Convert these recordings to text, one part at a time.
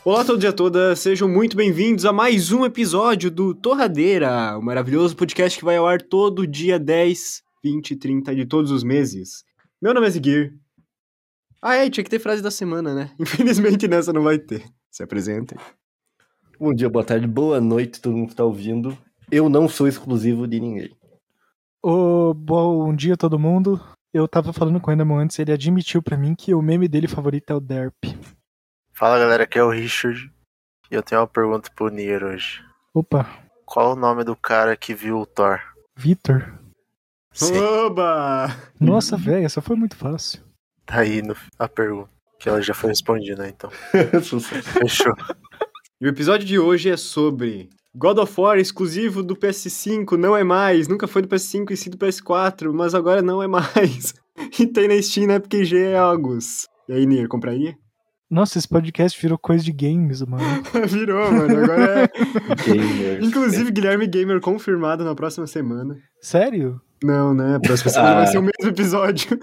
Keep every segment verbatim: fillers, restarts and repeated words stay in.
Olá a todos e a todas, sejam muito bem-vindos a mais um episódio do Torradeira, o maravilhoso podcast que vai ao ar todo dia dez, vinte e trinta de todos os meses. Meu nome é Ziguir. Ah é, tinha que ter frase da semana, né? Infelizmente nessa não vai ter. Se apresentem. Bom dia, boa tarde, boa noite, todo mundo que tá ouvindo. Eu não sou exclusivo de ninguém. Ô, bom dia todo mundo. Eu tava falando com o Enderman antes, ele admitiu pra mim que o meme dele favorito é o Derp. Fala galera, aqui é o Richard e eu tenho uma pergunta pro Nier hoje. Opa. Qual o nome do cara que viu o Thor? Vitor. Sim. Oba! Nossa, velho, essa foi muito fácil. Tá aí no, a pergunta, que ela já foi respondida, né, então. Fechou. E o episódio de hoje é sobre God of War exclusivo do P S cinco, não é mais, nunca foi do P S cinco e sim do P S quatro, mas agora não é mais. E tem na Steam, na Epic Jogos. E aí, Nier, compraria? Nossa, esse podcast virou coisa de games, mano. Virou, mano, agora é... Gamers. Inclusive, Guilherme Gamer confirmado na próxima semana. Sério? Não, né? A próxima semana Ah. vai ser o mesmo episódio.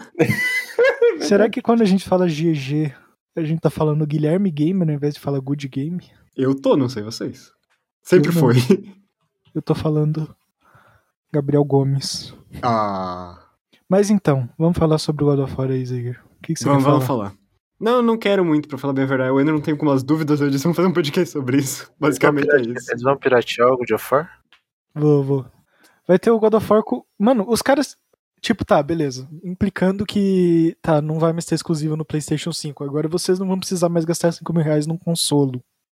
Será que quando a gente fala G G, a gente tá falando Guilherme Gamer ao invés de falar Good Game? Eu tô, não sei vocês. Sempre Eu não. foi. Eu tô falando Gabriel Gomes. Ah. Mas então, vamos falar sobre o God of War aí, Zigger. O que, que você Vamos, quer vamos falar? falar. Não, não quero muito, pra falar bem a verdade. Eu ainda não tenho com umas dúvidas hoje. Vamos fazer um podcast sobre isso. Basicamente é isso. Eles vão piratear o God of War? Vou, vou. Vai ter o God of War com... Mano, os caras... Tipo, tá, beleza. Implicando que... Tá, não vai mais ter exclusivo no PlayStation cinco. Agora vocês não vão precisar mais gastar cinco mil reais num consolo.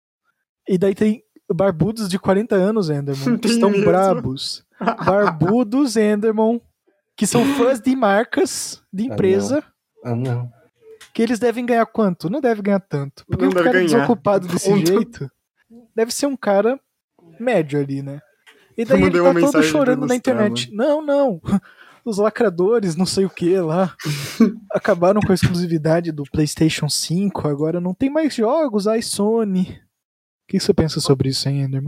E daí tem barbudos de quarenta anos, Enderman, que Tem estão mesmo. brabos. Barbudos, Enderman, que são fãs de marcas, de empresa, Ah, não. que eles devem ganhar quanto? Não deve ganhar tanto. Porque Não um deve cara ganhar. desocupado desse Ponto. jeito deve ser um cara médio ali, né? E daí Eu ele mandei tá uma todo mensagem chorando pra na Gustavo. internet. Não, não. Os lacradores, não sei o que lá, acabaram com a exclusividade do PlayStation cinco, agora não tem mais jogos, ai Sony. O que você pensa sobre isso, hein, Enderman?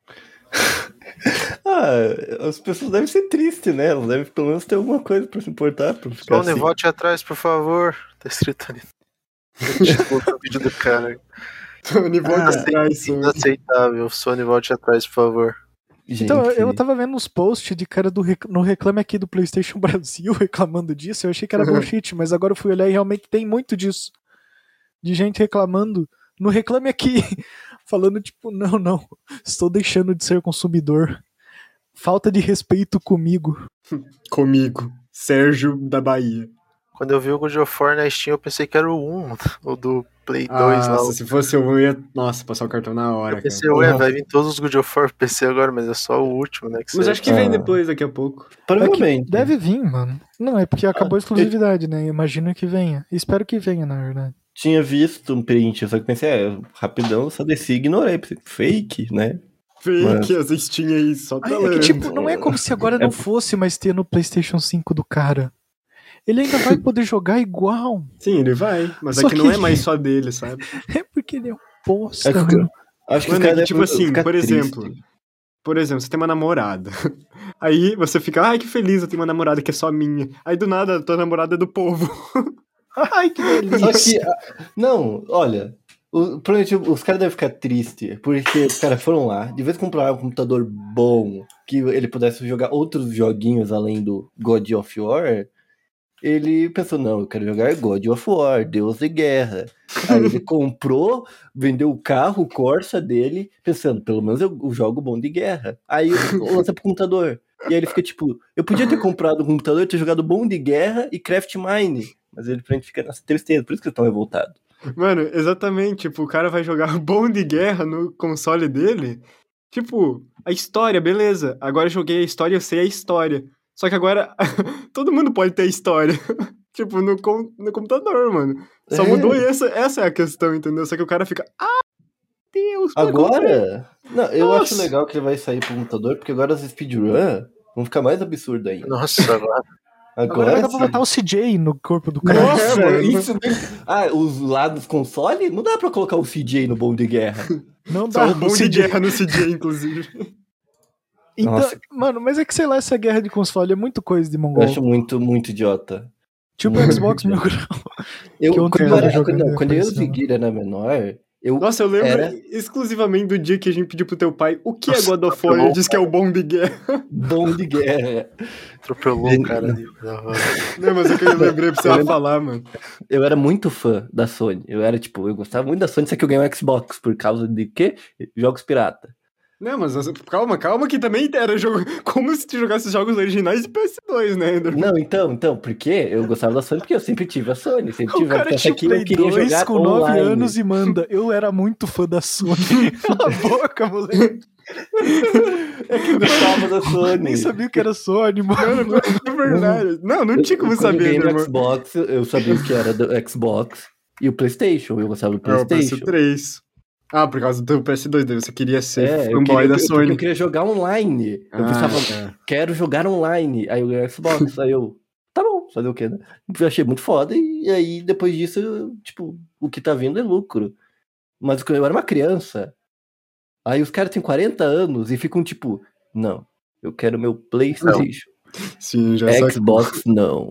Ah, as pessoas devem ser tristes, né? Elas devem pelo menos ter alguma coisa pra se importar. Pra ficar Sony, assim. volte atrás, por favor. Tá escrito ali. Tipo, o vídeo do cara. Tony, volta Ah, atrás. Sony. Inaceitável. Sony, volte atrás, por favor. Gente, Então, eu tava vendo uns posts de cara do rec... no Reclame Aqui do PlayStation Brasil reclamando disso, eu achei que era bullshit, mas agora eu fui olhar e realmente tem muito disso. De gente reclamando no Reclame Aqui, falando tipo, não, não, estou deixando de ser consumidor. Falta de respeito comigo. Comigo, Sérgio da Bahia. Quando eu vi o God of War na Steam, eu pensei que era o um, o do Play dois lá. Nossa, se fosse eu, eu ia... Nossa, passar o cartão na hora, Eu pensei, cara. ué, Nossa. vai vir todos os God of War pro P C agora, mas é só o último, né? Que Mas você- acho que vem Ah. depois, daqui a pouco. É que provavelmente. deve vir, mano. Não, é porque acabou a Ah, exclusividade, né? Eu imagino que venha. Espero que venha, na verdade. Tinha visto um print, só que pensei, é, rapidão, só desci e ignorei. Pensei, fake, né? Fake, as Steam aí, só Ai, falando. é que, tipo, não é como se agora não fosse mais ter no PlayStation cinco do cara. Ele ainda vai poder jogar igual. Sim, ele vai, mas Só é que não que- é mais só dele, sabe? É porque ele é um bosta, É que- mano. Acho que Mano, os caras é que, tipo devem assim, ficar por tristes. exemplo, por exemplo, você tem uma namorada. Aí você fica, ai, que feliz, eu tenho uma namorada que é só minha. Aí do nada, a tua namorada é do povo. Ai, que delícia. Só que, ah, não, olha, o, provavelmente os caras devem ficar tristes, porque os caras foram lá, de vez em comprar um computador bom, que ele pudesse jogar outros joguinhos além do God of War, ele pensou, não, eu quero jogar God of War, Deus de Guerra. Aí ele comprou, vendeu o carro, o Corsa dele, pensando, pelo menos eu, eu jogo bom de guerra. Aí lança pro computador. E aí ele fica tipo, eu podia ter comprado um computador, ter jogado bom de guerra e Craft Mine. Mas ele pra fica nessa tristeza, por isso que eles estão revoltados. Mano, exatamente, tipo, o cara vai jogar bom de guerra no console dele. Tipo, a história, beleza. Agora eu joguei a história, eu sei a história. Só que agora todo mundo pode ter história. Tipo, no, com, no computador, mano. Só É. mudou essa, essa é a questão, entendeu? Só que o cara fica, ah, Deus, pra comprar. Agora, não, eu Nossa. acho legal que ele vai sair pro computador, porque agora as speedrun vão ficar mais absurdas ainda. Nossa, agora. Agora Agora, vai dar pra sim. botar o C J no corpo do cara. Nossa, É, mano. isso mesmo. Ah, os lados console? Não dá pra colocar o C J no bom de guerra. Não Só dá. o bom C de J. guerra no C J, inclusive. Então, Nossa. mano, mas é que sei lá, essa guerra de console é muito coisa de Eu mongol. acho muito, muito idiota. Tipo o Xbox Mil Grau. Eu, Que ontem quando, eu tava era- jogando quando, e quando eu e o apareceu lá. Zigueira era menor, Eu Nossa, eu lembro era exclusivamente do dia que a gente pediu pro teu pai o que é Nossa, God of War, ele disse que é o bom de guerra. bom de guerra. Atropelou o cara ali. Não, mas é que eu lembrei pra você Eu lembro- falar, mano. Eu era muito fã da Sony. Eu era, tipo, eu gostava muito da Sony, só que eu ganhei um Xbox por causa de quê? Jogos pirata. Não, mas calma, calma, que também era jogo. Como se tu jogasse jogos originais de P S dois, né, Ender? Não, então, então, porque eu gostava da Sony porque eu sempre tive a Sony, sempre O tive a cara Só tinha que eu Play queria dois jogar com nove online. anos e manda. Eu era muito fã da Sony. Cala a boca, moleque. É que eu gostava da Sony. Nem sabia o que era Sony, mano. Mano, é verdade. Não, não tinha como Quando eu saber, ganhei né, no irmão? Xbox, eu sabia o que era do Xbox e o PlayStation. Eu gostava do É o P S PlayStation. três. Ah, por causa do teu P S dois, daí você queria ser É, eu fanboy queria, da eu, Sony. eu queria jogar online. Eu Ah, pensava, tá. quero jogar online. Aí eu ganhei o Xbox, aí eu, tá bom, fazer o quê, né? Eu achei muito foda e aí depois disso, eu, tipo, o que tá vindo é lucro. Mas quando eu era uma criança, aí os caras têm quarenta anos e ficam tipo, não, eu quero meu PlayStation. Sim, já só Xbox, não.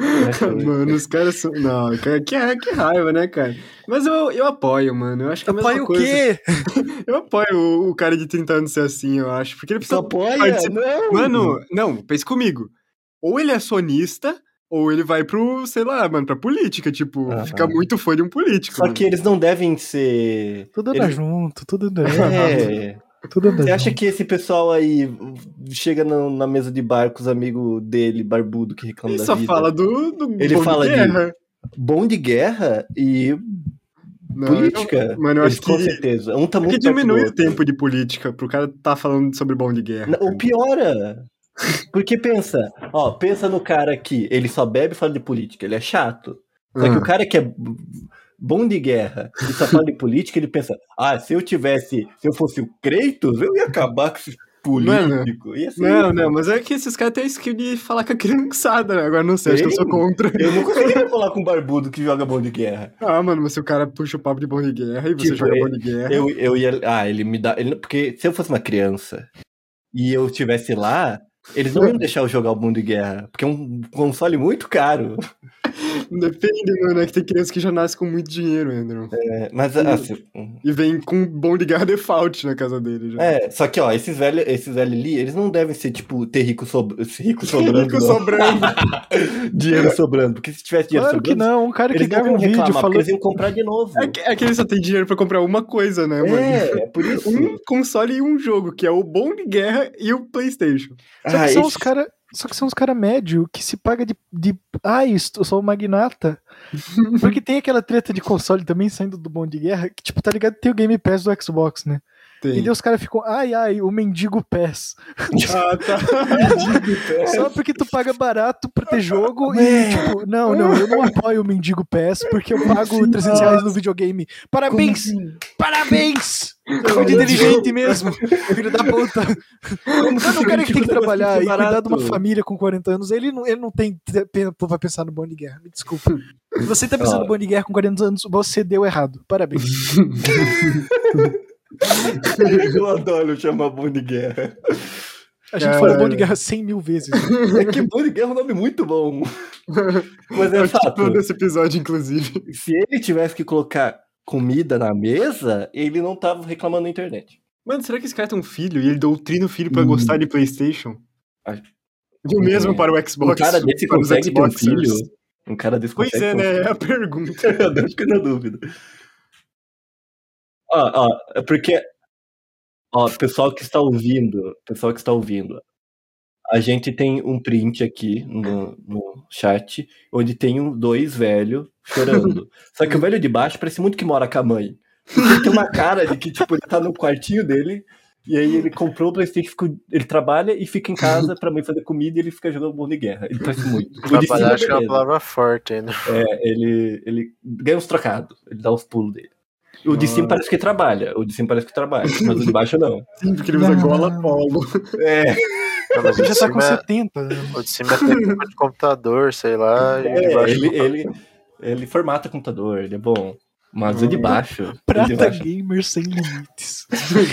Mano, os caras são. Não, que, que, que raiva, né, cara? Mas eu, eu apoio, mano. Eu acho que é a mesma Apoia o coisa. quê? Eu apoio o, o cara de trinta anos ser assim, eu acho. Porque ele Você precisa. apoia? participar- Não! Mano, não, pense comigo. Ou ele é sonista, ou ele vai pro, sei lá, mano, pra política. Tipo, Aham. fica muito fã de um político. Só mano. que eles não devem ser... Tudo anda eles... junto, tudo anda junto. É... Tudo anda Você acha junto. que esse pessoal aí chega no- na mesa de bar com os amigos dele, barbudo, que reclama Ele da só vida? fala do, do Ele bom fala de de- guerra. Bom de guerra e Não, política. eu- mano, eu Eles, acho com que- certeza. Um tá Porque muito perto do diminui o outro. tempo de política pro cara tá falando sobre bom de guerra. Não, ou piora. Porque pensa, ó, pensa no cara aqui, ele só bebe e fala de política, ele é chato. Só que Ah. o cara que é bom de guerra e só fala de política, ele pensa, ah, se eu tivesse, se eu fosse o Kratos, eu ia acabar com esses políticos. Ia ser Não, isso. não, mas é que esses caras têm skill de falar com a criançada, né? Agora não sei, acho que eu sou Tem? contra. Eu não conseguiria falar com um barbudo que joga bom de guerra. Ah, mano, mas se o cara puxa o papo de bom de guerra e você Tipo, joga é- bom de guerra. Eu, eu ia. Ah, ele me dá. Ele, porque se eu fosse uma criança e eu estivesse lá, eles não iam deixar eu jogar o Bom de Guerra. Porque é um console muito caro. Depende, mano, é que tem criança que já nasce com muito dinheiro, Andrew. É, mas assim. E vem com bom de guerra default na casa dele já. É, só que, ó, esses velhos esses velho ali, eles não devem ser, tipo, ter rico, so, rico sobrando. Rico não. sobrando. Dinheiro sobrando. Porque se tivesse dinheiro Claro que sobrando. não, um cara que Eles não grava iam um vídeo reclamar, porque falando. eles iam comprar de novo. É que, é que ele só tem dinheiro pra comprar uma coisa, né, mano? É, é por isso. Um console e um jogo, que é o bom de guerra e o PlayStation. Só que Ah, são esse- os caras. Só que são os caras médios que se paga de, de. Ai, eu sou magnata. Porque tem aquela treta de console também saindo do bom de guerra, que, tipo, tá ligado? Tem o Game Pass do Xbox, né? E Tem. daí os caras ficam, ai, ai, o mendigo Pass. Ah, tá. Só porque tu paga barato pra ter jogo e, tipo, não, não, eu não apoio o mendigo Pass porque eu pago trezentos reais no videogame. Parabéns! Parabéns! Foi de inteligente mesmo, filho da puta. Não, o cara que tem que trabalhar e cuidar de uma família com quarenta anos, ele não, ele não tem tempo pra pensar no bom de guerra, me desculpa. Se você tá pensando no bom de guerra com quarenta anos, você deu errado. Parabéns. Eu adoro chamar Bom de Guerra. A gente Cara. fala bom de guerra cem mil vezes. É que Bom de Guerra é um nome muito bom. Mas é Eu fato. tô desse episódio, inclusive. Se ele tivesse que colocar comida na mesa, ele não tava reclamando na internet. Mano, será que esse cara tem um filho e ele doutrina o filho pra Hum. gostar de PlayStation? Acho- E o mesmo Hum. para o Xbox. Um cara desse para os consegue ter um Xboxers. filho? Um cara desse Pois consegue é, ter um né? filho? É a pergunta. Eu não fico na dúvida. Ó, ó, é porque... Ó, pessoal que está ouvindo, pessoal que está ouvindo, a gente tem um print aqui no, no chat, onde tem um, dois velhos chorando. Só que o velho de baixo parece muito que mora com a mãe. Porque ele tem uma cara de que, tipo, ele tá no quartinho dele, e aí ele comprou o PlayStation, ficou- ele trabalha e fica em casa pra mãe fazer comida e ele fica jogando bom de guerra. Ele parece muito. O de cima, Trabalhar acho que é uma beleza. palavra forte ainda. É, ele, ele ganha uns trocados, ele dá os pulos dele. O de cima Ah. parece que trabalha, o de cima parece que trabalha, mas o de baixo não. Sim, porque ele usa Não. gola polo. É, Não, mas o Ele de já tá com cima é- setenta. né? o de cima é técnico de computador, sei lá. E o de é baixo ele, ele, ele formata computador, ele é bom. Mas o de baixo. o de Prata baixo- gamer sem limites.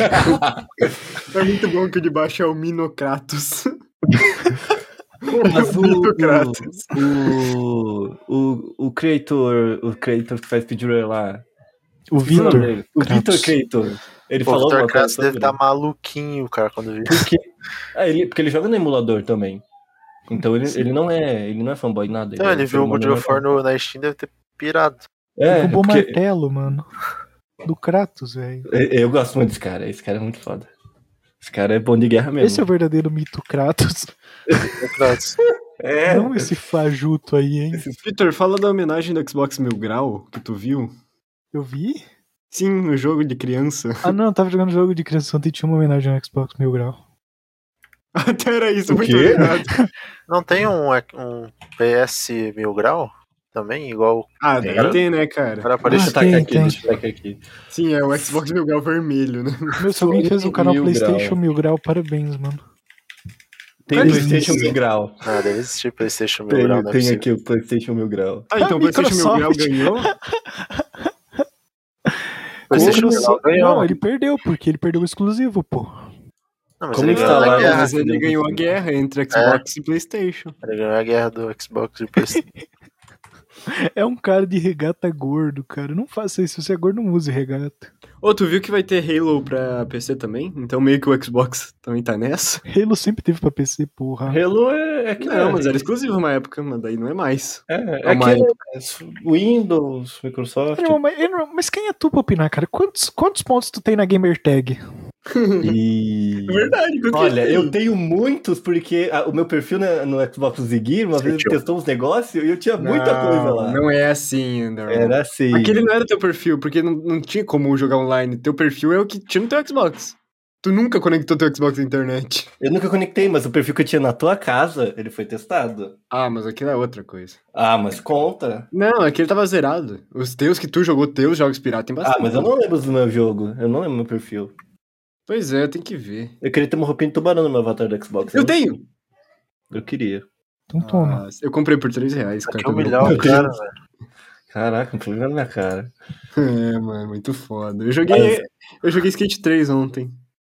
É muito bom que o de baixo é o Minocratos. Mas o, Minocratos. o, o, o, o creator, o creator que faz speedrun lá, O Vitor. O Vitor Kratos. Ele Pô, falou o Vitor uma coisa Kratos deve sobre estar maluquinho, cara, quando viu. Porque, ah, ele, porque ele joga no emulador também. Então ele, ele não é ele não é fanboy nada. Então, é ele um viu o ser God humano of War normal. no, na Steam, deve ter pirado. É, Roubou o porque martelo, mano. Do Kratos, velho. eu, eu gosto muito desse cara. Esse cara é muito foda. Esse cara é bom de guerra mesmo. Esse é o verdadeiro mito Kratos. O Kratos. É. Não esse fajuto aí, hein? Vitor, fala da homenagem do Xbox Mil Grau, que tu viu. Eu vi? Sim, no jogo de criança. Ah, não, eu tava jogando jogo de criança ontem e tinha uma homenagem no Xbox Mil Grau. Até era isso, O muito quê? obrigado. Não tem um, um P S Mil Grau? Também? Igual. Ah, Tem. deve ter, né, cara? Era Ah, parecido. Deixa eu tem, tacar aqui, tem. deixa eu tacar aqui. Sim, é o Xbox Mil Grau vermelho, né? Meu, se alguém fez um canal Mil PlayStation Grau. Mil Grau, parabéns, mano. Tem Cara, PlayStation isso. Mil Grau. Ah, deve existir PlayStation Mil Tem, Grau, não é tem possível. aqui o PlayStation Mil Grau. Ah, então Ah, o PlayStation Mil Grau Microsoft. ganhou? PlayStation Mil Grau ganhou. Não, ele perdeu, porque ele perdeu o exclusivo, pô. Não, mas Como ele ganhou instalar a ele? guerra. Mas ele ganhou a guerra entre Xbox e PlayStation. Ele ganhou a guerra do Xbox e PlayStation. É um cara de regata gordo, cara. Não faça isso. Se você é gordo, não use regata. Ô, tu viu que vai ter Halo pra P C também? Então meio que o Xbox também tá nessa? Halo sempre teve pra P C, porra. Halo é, é que Não, mas era exclusivo uma época, mas daí não é mais. É, É é uma que é Windows, Microsoft. Irmão, mas, irmão, mas quem é tu pra opinar, cara? Quantos, quantos pontos tu tem na Gamer Tag? E... É verdade. quanto que Olha, tem? eu tenho muitos porque a- o meu perfil na- no Xbox Ziggy, uma vez ele Sentiu. testou uns negócios e eu tinha muita Não, coisa lá. Não é assim, André. Era assim. Aquele não era teu perfil, porque não, não tinha como jogar online. Teu perfil é o que tinha no teu Xbox. Tu nunca conectou teu Xbox à internet. Eu nunca conectei, mas o perfil que eu tinha na tua casa, ele foi testado. Ah, mas aquilo é outra coisa. Ah, mas conta. Não, aquele tava zerado. Os teus que tu jogou, teus jogos pirata tem bastante. Ah, mas eu não lembro do meu jogo. Eu não lembro do meu perfil. Pois é, tem que ver. Eu queria ter uma roupinha de tubarão no meu avatar do Xbox. Eu não- tenho! Eu queria. Então toma. Ah, eu comprei por três reais, cara. Que humilhar o cara, velho. Caraca, um problema na minha cara. É, mano, muito foda. Eu joguei, eu joguei Skate três ontem.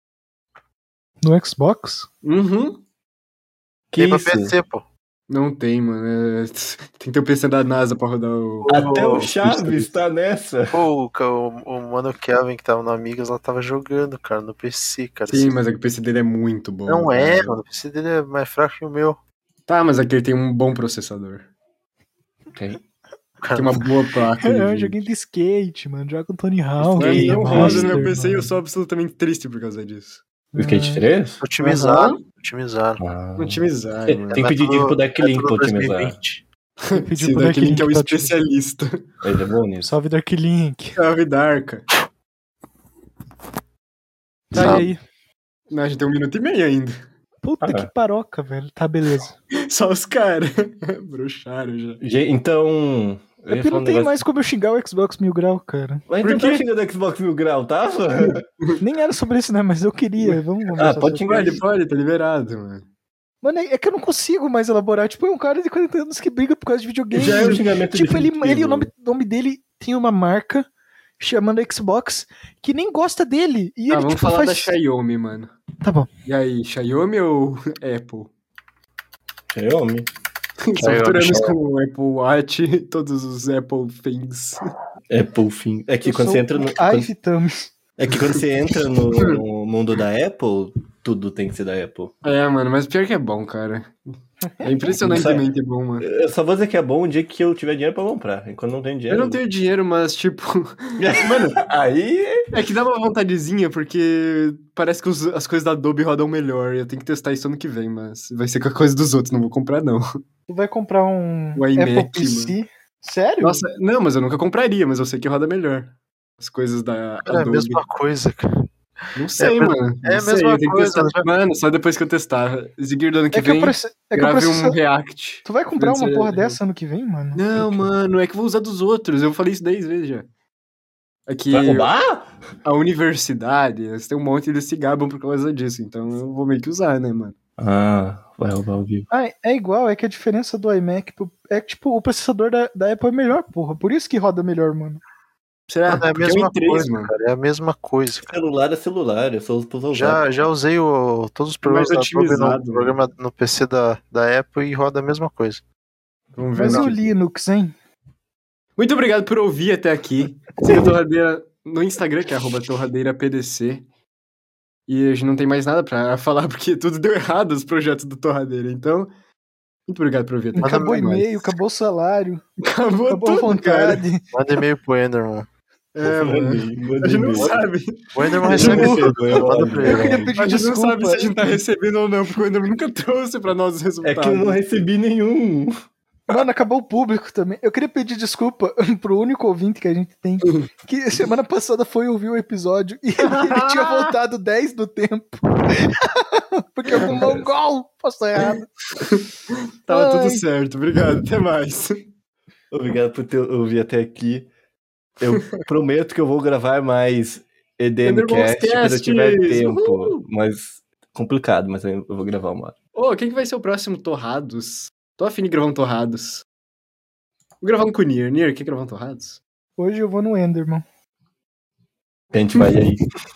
No Xbox? Uhum. Que Tem pra isso? P C, pô. Não tem, mano. É, tem que ter o P C da NASA pra rodar o... Até o Ô, Chaves tá nessa. Pô, o, ca- o, o mano Kelvin que tava no Amigas, ela tava jogando, cara, no P C, cara. Sim, mas é que o P C dele é muito bom. Não é, cara. mano. O P C dele é mais fraco que o meu. Tá, mas aqui ele tem um bom processador. Ok. Tem uma boa placa. É, de eu vídeo. joguei de skate, mano. Joga com Tony Hawk. Mas Skate, não roda Master, no meu P C e eu mano. sou absolutamente triste por causa disso. O Skate três? Otimizaram, otimizaram. Ah. Otimizar, Tem mano. que pedir dica pro Dark Link pra otimizar. dois mil e vinte. Pedi Esse pro daqui Link é o pra otimizar. especialista. Ele é bom nisso. Salve Dark Link. Salve, Darka. Tá Salve. aí. Não, a gente tem um minuto e meio ainda. Puta Ah. que paroca, velho. Tá, beleza. Só os caras. Broxaram já. Ge- Então. eu É ia porque falar não um tem negócio- mais como eu xingar o Xbox Mil Grau, cara. Mas Por então tá quê? xingando o Xbox Mil Grau, tá? Nem era sobre isso, né? Mas eu queria. Vamos conversar Ah, pode sobre xingar Pode, pode, tá liberado, mano. Mano, é é que eu não consigo mais elaborar. Tipo, é um cara de quarenta anos que briga por causa de videogame. Já é um xingamento Tipo, ele, definitivo. ele o nome, nome dele tem uma marca chamando Xbox que nem gosta dele. E Ah, ele, vamos tipo, falar faz... da Xiaomi, mano. Tá bom. E aí, Xiaomi ou Apple? Xiaomi. Só futuramos Xiaomi. com o Apple Watch e todos os Apple things. Apple, fim. É que Eu quando sou você entra no. o quando- Ive Thumbs. É que quando você entra no, no mundo da Apple, tudo tem que ser da Apple. É, mano, mas pior que é bom, cara. É impressionantemente bom, mano. Eu só vou dizer que é bom o dia que eu tiver dinheiro pra comprar. Enquanto não tem Eu dinheiro. não tenho dinheiro, mas tipo. Mano, Aí. é que dá uma vontadezinha, porque parece que os- as coisas da Adobe rodam melhor. Eu tenho que testar isso ano que vem, mas vai ser com a coisa dos outros, não vou comprar, não. Tu vai comprar um O iMac, Apple P C? Sério? Nossa, não, mas eu nunca compraria, mas eu sei que roda melhor. As coisas da Cara, é a Adobe. mesma coisa, cara. Não sei, É a mano. é a Não sei, mesma eu tenho que coisa, testar. Mano, só depois que eu testar. Zigir do ano que É que, eu vem, prece... é que eu grave preciso... um React. Tu vai comprar uma Antes porra é- dessa ano que vem, mano? Não, mano, é que eu vou usar dos outros. Eu falei isso dez vezes já. É que Vai roubar? a universidade, eles têm um monte e eles se gabam por causa disso. Então eu vou meio que usar, né, mano? Ah, vai roubar ao vivo. Ah, é igual, é que a diferença do iMac pro- é que, tipo, o processador da, da Apple é melhor, porra. Por isso que roda melhor, mano. Será? Mano, é a Porque é o mesma i três, coisa, mano. cara. É a mesma coisa, cara. Celular é celular, eu só uso pra usar. Já, já usei o, todos os programas Mais da Adobe otimizado, no, programa no P C da, da Apple e roda a mesma coisa. Vamos ver. Mas e aqui. o Linux, hein? Muito obrigado por ouvir até aqui. Siga a Torradeira no Instagram, que é arroba torradeirapdc. E a gente não tem mais nada pra falar, porque tudo deu errado, os projetos do Torradeira. Então, muito obrigado por ouvir até aqui. Acabou o e-mail, acabou o salário, Acabou, acabou tudo, a vontade. cara. Manda e-mail pro Enderman. É, mano. A gente não sabe. O Enderman recebe tudo. Manda pra Eu queria ele. pedir A gente não desculpa. sabe se a gente tá recebendo ou não, porque o Enderman nunca trouxe pra nós os É resultados. que eu não recebi nenhum. Mano, acabou o público também. Eu queria pedir desculpa pro único ouvinte que a gente tem, que semana passada foi ouvir o episódio e ele tinha voltado dez do tempo. Porque algum mongol passou errado. Tava Ai. tudo certo, obrigado, até mais. Obrigado por ter ouvido até aqui. Eu prometo que eu vou gravar mais EDMcast quando eu tiver Endermonscasts. tempo. Uhul. Mas complicado, mas eu vou gravar uma hora. Ô, quem que vai ser o próximo Torrados? Tô afim de gravar um Torrados. Vou gravar um com o Nier. Nier, quer gravar um Torrados? Hoje eu vou no Enderman. A gente vai aí.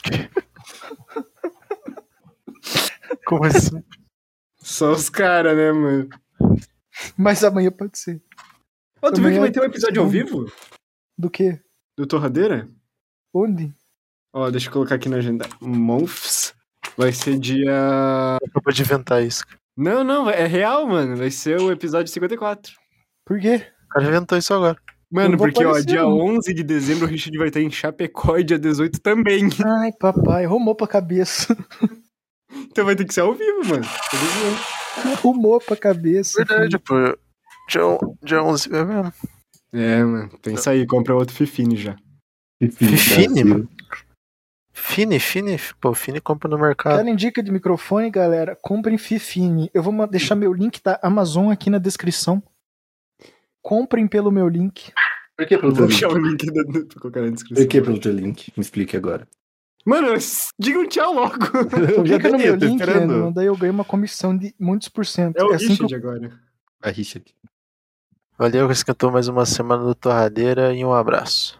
Como assim? Só os caras, né, mano? Mas amanhã pode ser. Ô, tu viu que Amanhã vai ter um é episódio ao segunda. vivo? Do quê? Do Torradeira? Onde? Ó, deixa eu colocar aqui na agenda. Months. Vai ser dia... Acabou de inventar isso. Não, não, é real, mano. Vai ser o episódio cinquenta e quatro. Por quê? O cara inventou isso agora. Mano, não vou porque, ó, aparecer, dia não. onze de dezembro o Richard vai estar em Chapecó e dia dezoito também. Ai, papai, arrumou pra cabeça. Então vai ter que ser ao vivo, mano. Tá ligado? Arrumou pra cabeça. Verdade, pô. Dia, on- dia onze é mesmo. É, mano. Pensa aí, compra outro Fifine já. Fifine, mano? Fini, Fini, pô, Fini compra no mercado. Querem dica de microfone, galera? Comprem Fifine. Eu vou ma- deixar meu link da Amazon aqui na descrição. Comprem pelo meu link. Por que pelo Vou teu deixar link? o link da, pra colocar na descrição. Por que pelo teu link? Me explique agora. Mano, s- diga um tchau logo. Eu já Clica no dei, meu eu tô link, esperando. Enderman, daí eu ganho uma comissão de muitos por cento. É o assim Richard que eu... agora. A Richard. Valeu, esquentou mais uma semana do Torradeira e um abraço.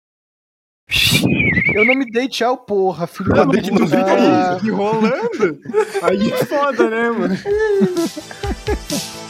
eu não me dei tchau, porra, filho da Não, mas não fica puta. aí enrolando. Aí é foda, né, mano?